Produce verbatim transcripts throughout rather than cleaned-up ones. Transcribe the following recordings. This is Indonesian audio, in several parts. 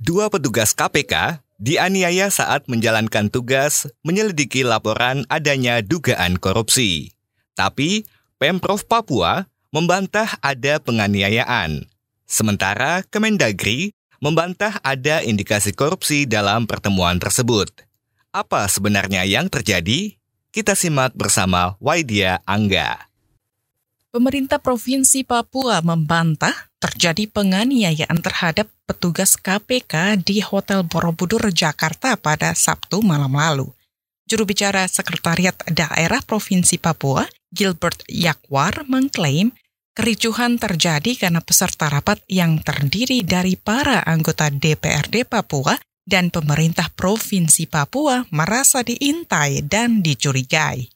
Dua petugas K P K dianiaya saat menjalankan tugas menyelidiki laporan adanya dugaan korupsi. Tapi Pemprov Papua membantah ada penganiayaan. Sementara Kemendagri membantah ada indikasi korupsi dalam pertemuan tersebut. Apa sebenarnya yang terjadi? Kita simak bersama Waidia Angga. Pemerintah Provinsi Papua membantah terjadi penganiayaan terhadap petugas K P K di Hotel Borobudur, Jakarta pada Sabtu malam lalu. Juru bicara Sekretariat Daerah Provinsi Papua, Gilbert Yakwar, mengklaim kericuhan terjadi karena peserta rapat yang terdiri dari para anggota D P R D Papua dan pemerintah Provinsi Papua merasa diintai dan dicurigai.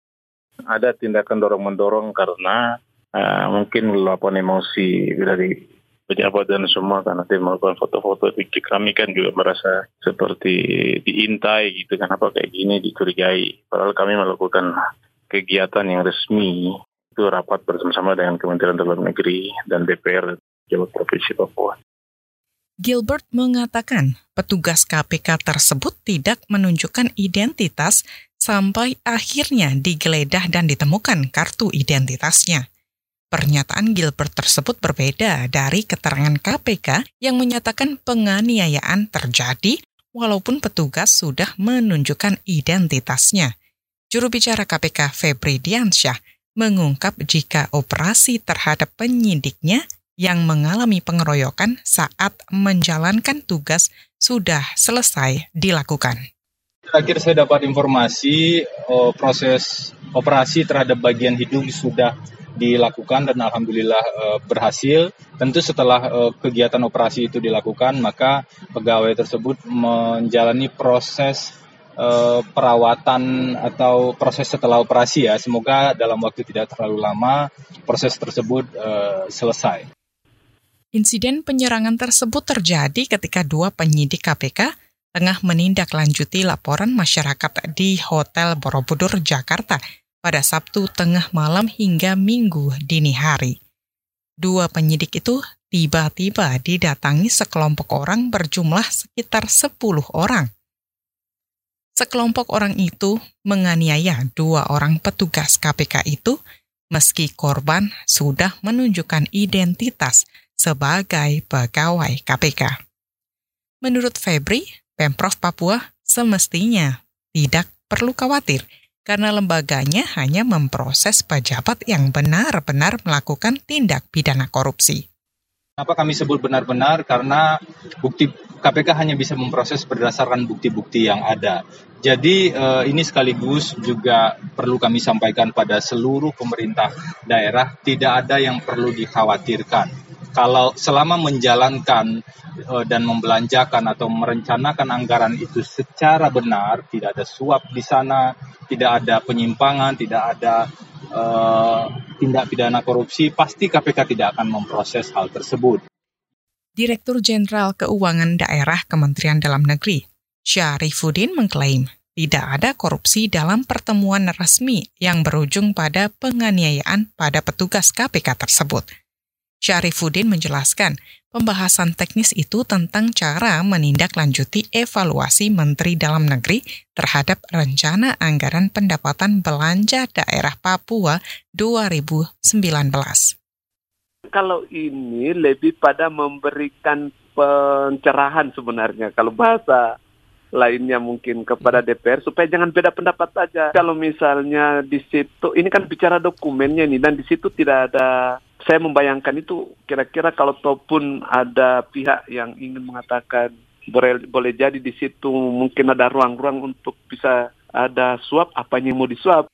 Ada tindakan dorong-mendorong karena uh, mungkin meluapkan emosi dari pejabat dan semua karena dia melakukan foto-foto. Kami kan juga merasa seperti diintai gitu, kenapa kayak gini, dicurigai. Padahal kami melakukan kegiatan yang resmi, itu rapat bersama-sama dengan Kementerian Dalam Negeri dan D P R Jawa Provinsi Papua. Gilbert mengatakan petugas K P K tersebut tidak menunjukkan identitas sampai akhirnya digeledah dan ditemukan kartu identitasnya. Pernyataan Gilbert tersebut berbeda dari keterangan K P K yang menyatakan penganiayaan terjadi walaupun petugas sudah menunjukkan identitasnya. Juru bicara K P K Febri Diansyah mengungkap jika operasi terhadap penyidiknya yang mengalami pengeroyokan saat menjalankan tugas sudah selesai dilakukan. Terakhir saya dapat informasi oh, proses operasi terhadap bagian hidung sudah dilakukan dan alhamdulillah eh, berhasil. Tentu setelah eh, kegiatan operasi itu dilakukan, maka pegawai tersebut menjalani proses eh, perawatan atau proses setelah operasi ya. Semoga dalam waktu tidak terlalu lama proses tersebut eh, selesai. Insiden penyerangan tersebut terjadi ketika dua penyidik K P K tengah menindaklanjuti laporan masyarakat di Hotel Borobudur, Jakarta pada Sabtu tengah malam hingga Minggu dini hari. Dua penyidik itu tiba-tiba didatangi sekelompok orang berjumlah sekitar sepuluh orang. Sekelompok orang itu menganiaya dua orang petugas K P K itu meski korban sudah menunjukkan identitas sebagai pegawai K P K. Menurut Febri, Pemprov Papua semestinya tidak perlu khawatir karena lembaganya hanya memproses pejabat yang benar-benar melakukan tindak pidana korupsi. Kenapa kami sebut benar-benar? Karena bukti K P K hanya bisa memproses berdasarkan bukti-bukti yang ada. Jadi eh, ini sekaligus juga perlu kami sampaikan pada seluruh pemerintah daerah, tidak ada yang perlu dikhawatirkan. Kalau selama menjalankan uh, dan membelanjakan atau merencanakan anggaran itu secara benar, tidak ada suap di sana, tidak ada penyimpangan, tidak ada uh, tindak pidana korupsi, pasti K P K tidak akan memproses hal tersebut. Direktur Jenderal Keuangan Daerah Kementerian Dalam Negeri, Syarifuddin mengklaim tidak ada korupsi dalam pertemuan resmi yang berujung pada penganiayaan pada petugas K P K tersebut. Syarifuddin menjelaskan pembahasan teknis itu tentang cara menindaklanjuti evaluasi Menteri Dalam Negeri terhadap rencana anggaran pendapatan belanja daerah Papua dua ribu sembilan belas. Kalau ini lebih pada memberikan pencerahan sebenarnya, kalau bahasa lainnya mungkin kepada D P R supaya jangan beda pendapat saja. Kalau misalnya di situ, ini kan bicara dokumennya nih, dan di situ tidak ada. Saya membayangkan itu kira-kira kalau ataupun ada pihak yang ingin mengatakan boleh, boleh jadi di situ mungkin ada ruang-ruang untuk bisa ada suap, apanya yang mau disuap.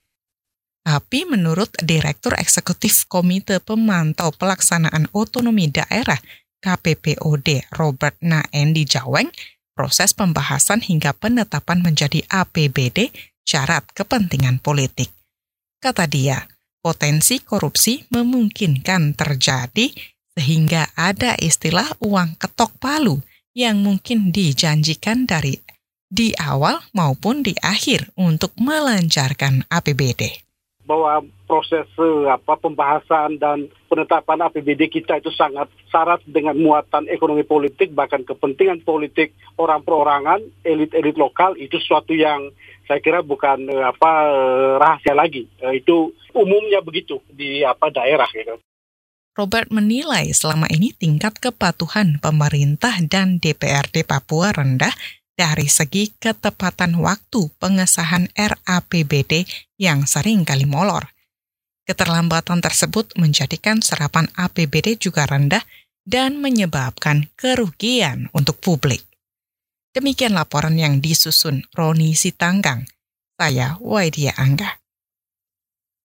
Tapi menurut Direktur Eksekutif Komite Pemantau Pelaksanaan Otonomi Daerah K P P O D Robert Naendi Jaweng, proses pembahasan hingga penetapan menjadi A P B D syarat kepentingan politik. Kata dia, potensi korupsi memungkinkan terjadi sehingga ada istilah uang ketok palu yang mungkin dijanjikan dari di awal maupun di akhir untuk melancarkan A P B D. Bahwa proses uh, apa pembahasan dan penetapan A P B D kita itu sangat syarat dengan muatan ekonomi politik, bahkan kepentingan politik orang perorangan, elit-elit lokal, itu sesuatu yang saya kira bukan uh, apa uh, rahasia lagi. Uh, itu umumnya begitu di apa daerah gitu. Robert menilai selama ini tingkat kepatuhan pemerintah dan D P R D Papua rendah dari segi ketepatan waktu pengesahan R A P B D yang sering kali molor. Keterlambatan tersebut menjadikan serapan A P B D juga rendah dan menyebabkan kerugian untuk publik. Demikian laporan yang disusun Roni Sitanggang. Saya Waidia Angga.